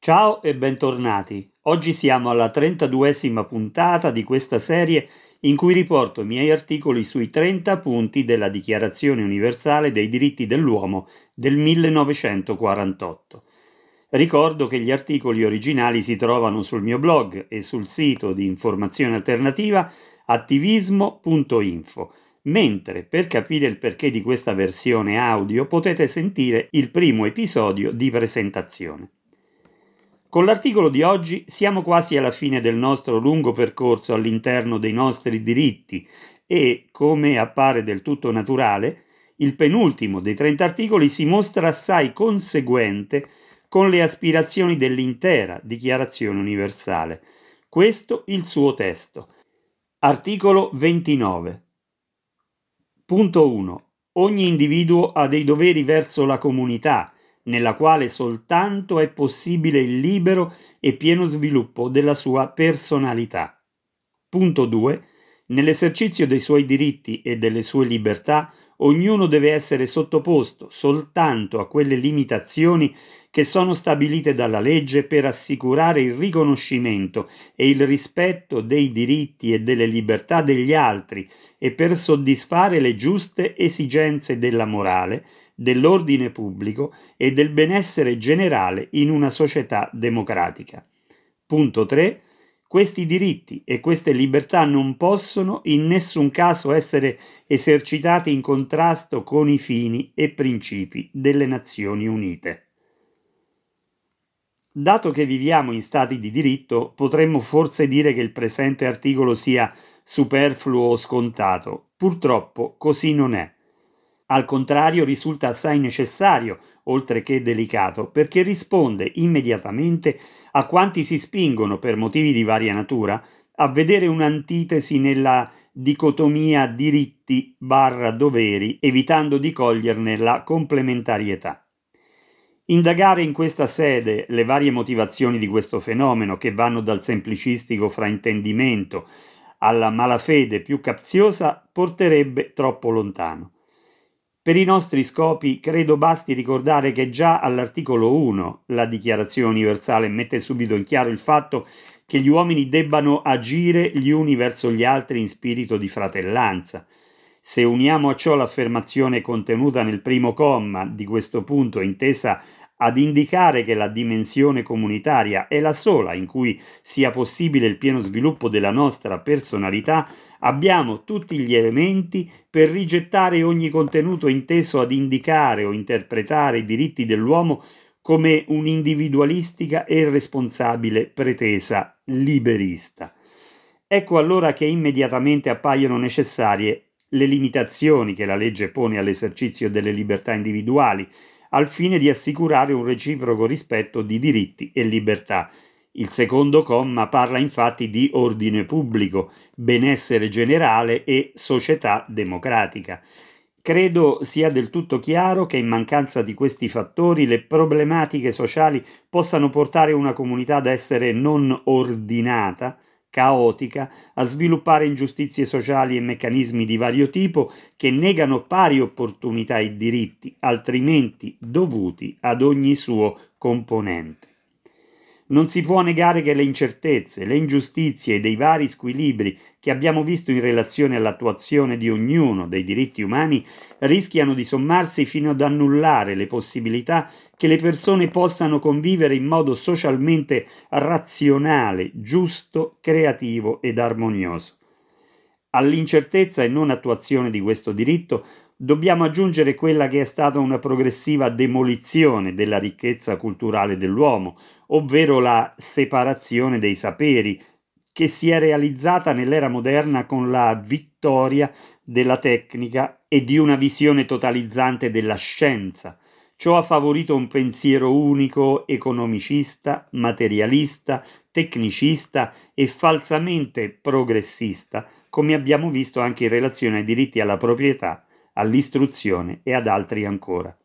Ciao e bentornati. Oggi siamo alla 32esima puntata di questa serie in cui riporto i miei articoli sui 30 punti della Dichiarazione universale dei diritti dell'uomo del 1948. Ricordo che gli articoli originali si trovano sul mio blog e sul sito di informazione alternativa attivismo.info, mentre per capire il perché di questa versione audio potete sentire il primo episodio di presentazione. Con l'articolo di oggi siamo quasi alla fine del nostro lungo percorso all'interno dei nostri diritti e, come appare del tutto naturale, il penultimo dei 30 articoli si mostra assai conseguente con le aspirazioni dell'intera Dichiarazione universale. Questo il suo testo. Articolo 29. Punto 1. Ogni individuo ha dei doveri verso la comunità, nella quale soltanto è possibile il libero e pieno sviluppo della sua personalità. Punto 2. Nell'esercizio dei suoi diritti e delle sue libertà, ognuno deve essere sottoposto soltanto a quelle limitazioni che sono stabilite dalla legge per assicurare il riconoscimento e il rispetto dei diritti e delle libertà degli altri e per soddisfare le giuste esigenze della morale, dell'ordine pubblico e del benessere generale in una società democratica. Punto 3. Questi diritti e queste libertà non possono in nessun caso essere esercitati in contrasto con i fini e principi delle Nazioni Unite. Dato che viviamo in stati di diritto, potremmo forse dire che il presente articolo sia superfluo o scontato. Purtroppo così non è. Al contrario, risulta assai necessario, oltre che delicato, perché risponde immediatamente a quanti si spingono, per motivi di varia natura, a vedere un'antitesi nella dicotomia diritti/doveri, evitando di coglierne la complementarietà. Indagare in questa sede le varie motivazioni di questo fenomeno, che vanno dal semplicistico fraintendimento alla malafede più capziosa, porterebbe troppo lontano. Per i nostri scopi credo basti ricordare che già all'articolo 1 la Dichiarazione universale mette subito in chiaro il fatto che gli uomini debbano agire gli uni verso gli altri in spirito di fratellanza. Se uniamo a ciò l'affermazione contenuta nel primo comma di questo punto, intesa ad indicare che la dimensione comunitaria è la sola in cui sia possibile il pieno sviluppo della nostra personalità, abbiamo tutti gli elementi per rigettare ogni contenuto inteso ad indicare o interpretare i diritti dell'uomo come un'individualistica e irresponsabile pretesa liberista. Ecco allora che immediatamente appaiono necessarie le limitazioni che la legge pone all'esercizio delle libertà individuali, al fine di assicurare un reciproco rispetto di diritti e libertà. Il secondo comma parla infatti di ordine pubblico, benessere generale e società democratica. Credo sia del tutto chiaro che in mancanza di questi fattori le problematiche sociali possano portare una comunità ad essere non ordinata, caotica, a sviluppare ingiustizie sociali e meccanismi di vario tipo che negano pari opportunità e diritti, altrimenti dovuti ad ogni suo componente. Non si può negare che le incertezze, le ingiustizie e dei vari squilibri che abbiamo visto in relazione all'attuazione di ognuno dei diritti umani rischiano di sommarsi fino ad annullare le possibilità che le persone possano convivere in modo socialmente razionale, giusto, creativo ed armonioso. All'incertezza e non attuazione di questo diritto dobbiamo aggiungere quella che è stata una progressiva demolizione della ricchezza culturale dell'uomo, ovvero la separazione dei saperi, che si è realizzata nell'era moderna con la vittoria della tecnica e di una visione totalizzante della scienza. Ciò ha favorito un pensiero unico, economicista, materialista, tecnicista e falsamente progressista, come abbiamo visto anche in relazione ai diritti alla proprietà, all'istruzione e ad altri ancora.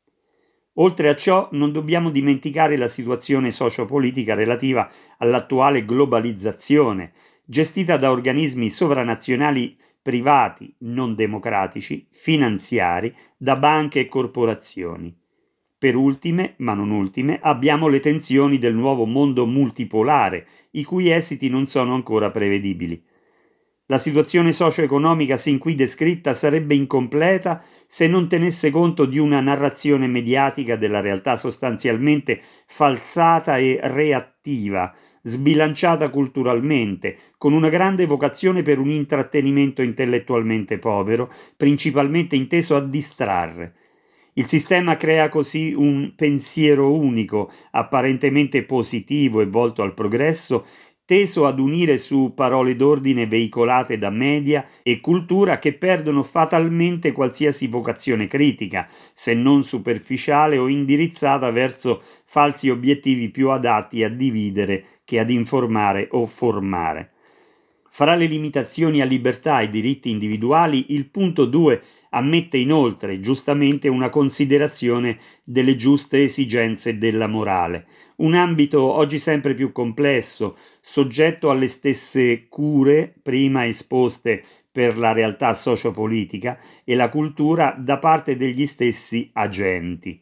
Oltre a ciò, non dobbiamo dimenticare la situazione sociopolitica relativa all'attuale globalizzazione, gestita da organismi sovranazionali privati, non democratici, finanziari, da banche e corporazioni. Per ultime, ma non ultime, abbiamo le tensioni del nuovo mondo multipolare, i cui esiti non sono ancora prevedibili. La situazione socio-economica sin qui descritta sarebbe incompleta se non tenesse conto di una narrazione mediatica della realtà sostanzialmente falsata e reattiva, sbilanciata culturalmente, con una grande vocazione per un intrattenimento intellettualmente povero, principalmente inteso a distrarre. Il sistema crea così un pensiero unico, apparentemente positivo e volto al progresso, teso ad unire su parole d'ordine veicolate da media e cultura che perdono fatalmente qualsiasi vocazione critica, se non superficiale o indirizzata verso falsi obiettivi più adatti a dividere che ad informare o formare. Fra le limitazioni a libertà e diritti individuali, il punto 2 ammette inoltre giustamente una considerazione delle giuste esigenze della morale, un ambito oggi sempre più complesso, soggetto alle stesse cure prima esposte per la realtà sociopolitica e la cultura da parte degli stessi agenti.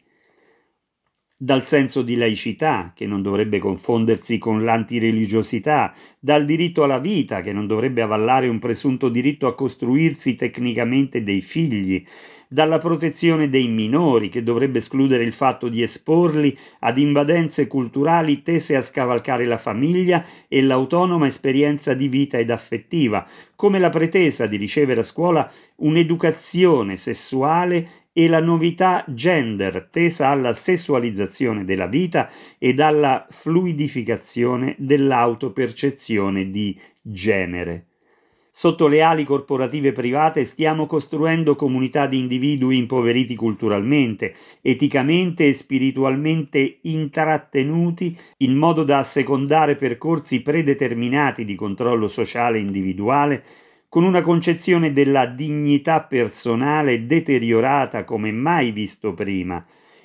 Dal senso di laicità, che non dovrebbe confondersi con l'antireligiosità, dal diritto alla vita, che non dovrebbe avallare un presunto diritto a costruirsi tecnicamente dei figli, dalla protezione dei minori, che dovrebbe escludere il fatto di esporli ad invadenze culturali tese a scavalcare la famiglia e l'autonoma esperienza di vita ed affettiva, come la pretesa di ricevere a scuola un'educazione sessuale e la novità gender tesa alla sessualizzazione della vita ed alla fluidificazione dell'autopercezione di genere. Sotto le ali corporative private stiamo costruendo comunità di individui impoveriti culturalmente, eticamente e spiritualmente intrattenuti in modo da assecondare percorsi predeterminati di controllo sociale individuale con una concezione della dignità personale deteriorata come mai visto prima,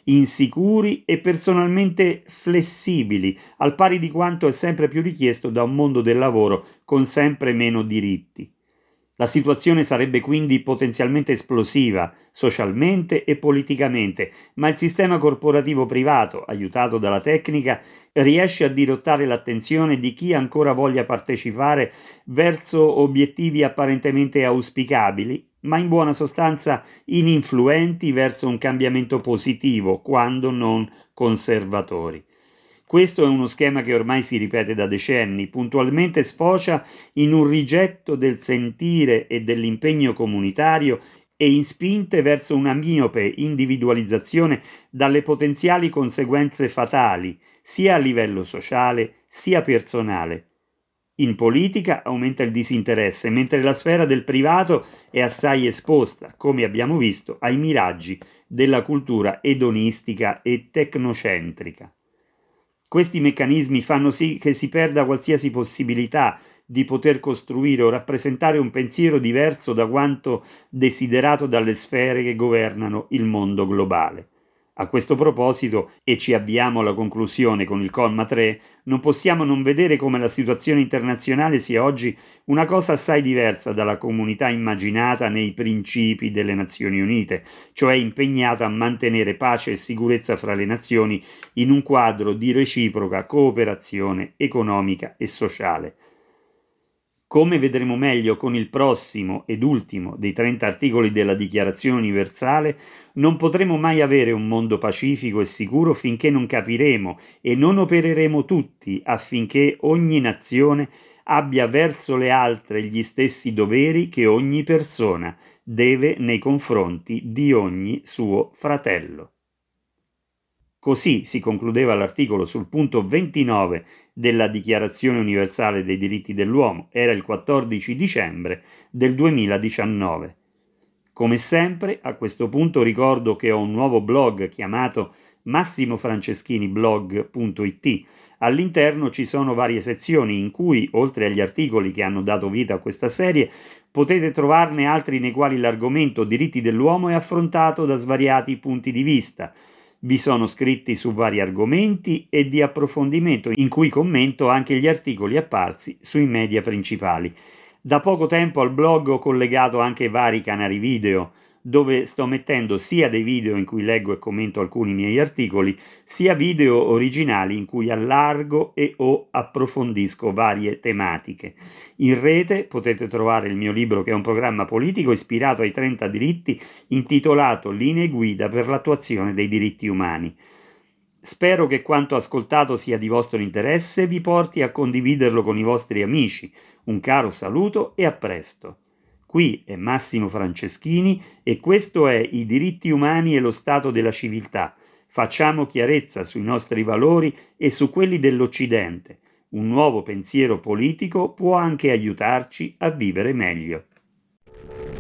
insicuri e personalmente flessibili, al pari di quanto è sempre più richiesto da un mondo del lavoro con sempre meno diritti. La situazione sarebbe quindi potenzialmente esplosiva, socialmente e politicamente, ma il sistema corporativo privato, aiutato dalla tecnica, riesce a dirottare l'attenzione di chi ancora voglia partecipare verso obiettivi apparentemente auspicabili, ma in buona sostanza ininfluenti verso un cambiamento positivo, quando non conservatori. Questo è uno schema che ormai si ripete da decenni, puntualmente sfocia in un rigetto del sentire e dell'impegno comunitario e in spinte verso una miope individualizzazione dalle potenziali conseguenze fatali, sia a livello sociale sia personale. In politica aumenta il disinteresse, mentre la sfera del privato è assai esposta, come abbiamo visto, ai miraggi della cultura edonistica e tecnocentrica. Questi meccanismi fanno sì che si perda qualsiasi possibilità di poter costruire o rappresentare un pensiero diverso da quanto desiderato dalle sfere che governano il mondo globale. A questo proposito, e ci avviamo alla conclusione con il comma 3, non possiamo non vedere come la situazione internazionale sia oggi una cosa assai diversa dalla comunità immaginata nei principi delle Nazioni Unite, cioè impegnata a mantenere pace e sicurezza fra le nazioni in un quadro di reciproca cooperazione economica e sociale. Come vedremo meglio con il prossimo ed ultimo dei 30 articoli della Dichiarazione Universale, non potremo mai avere un mondo pacifico e sicuro finché non capiremo e non opereremo tutti affinché ogni nazione abbia verso le altre gli stessi doveri che ogni persona deve nei confronti di ogni suo fratello. Così si concludeva l'articolo sul punto 29 della Dichiarazione Universale dei Diritti dell'Uomo, era il 14 dicembre del 2019. Come sempre, a questo punto ricordo che ho un nuovo blog chiamato massimofranceschiniblog.it. All'interno ci sono varie sezioni in cui, oltre agli articoli che hanno dato vita a questa serie, potete trovarne altri nei quali l'argomento diritti dell'uomo è affrontato da svariati punti di vista. Vi sono scritti su vari argomenti e di approfondimento in cui commento anche gli articoli apparsi sui media principali. Da poco tempo al blog ho collegato anche vari canali video, dove sto mettendo sia dei video in cui leggo e commento alcuni miei articoli, sia video originali in cui allargo e o approfondisco varie tematiche. In rete potete trovare il mio libro, che è un programma politico ispirato ai 30 diritti, intitolato Linee guida per l'attuazione dei diritti umani. Spero che quanto ascoltato sia di vostro interesse e vi porti a condividerlo con i vostri amici. Un caro saluto e a presto. Qui è Massimo Franceschini e questo è I diritti umani e lo stato della civiltà. Facciamo chiarezza sui nostri valori e su quelli dell'Occidente. Un nuovo pensiero politico può anche aiutarci a vivere meglio.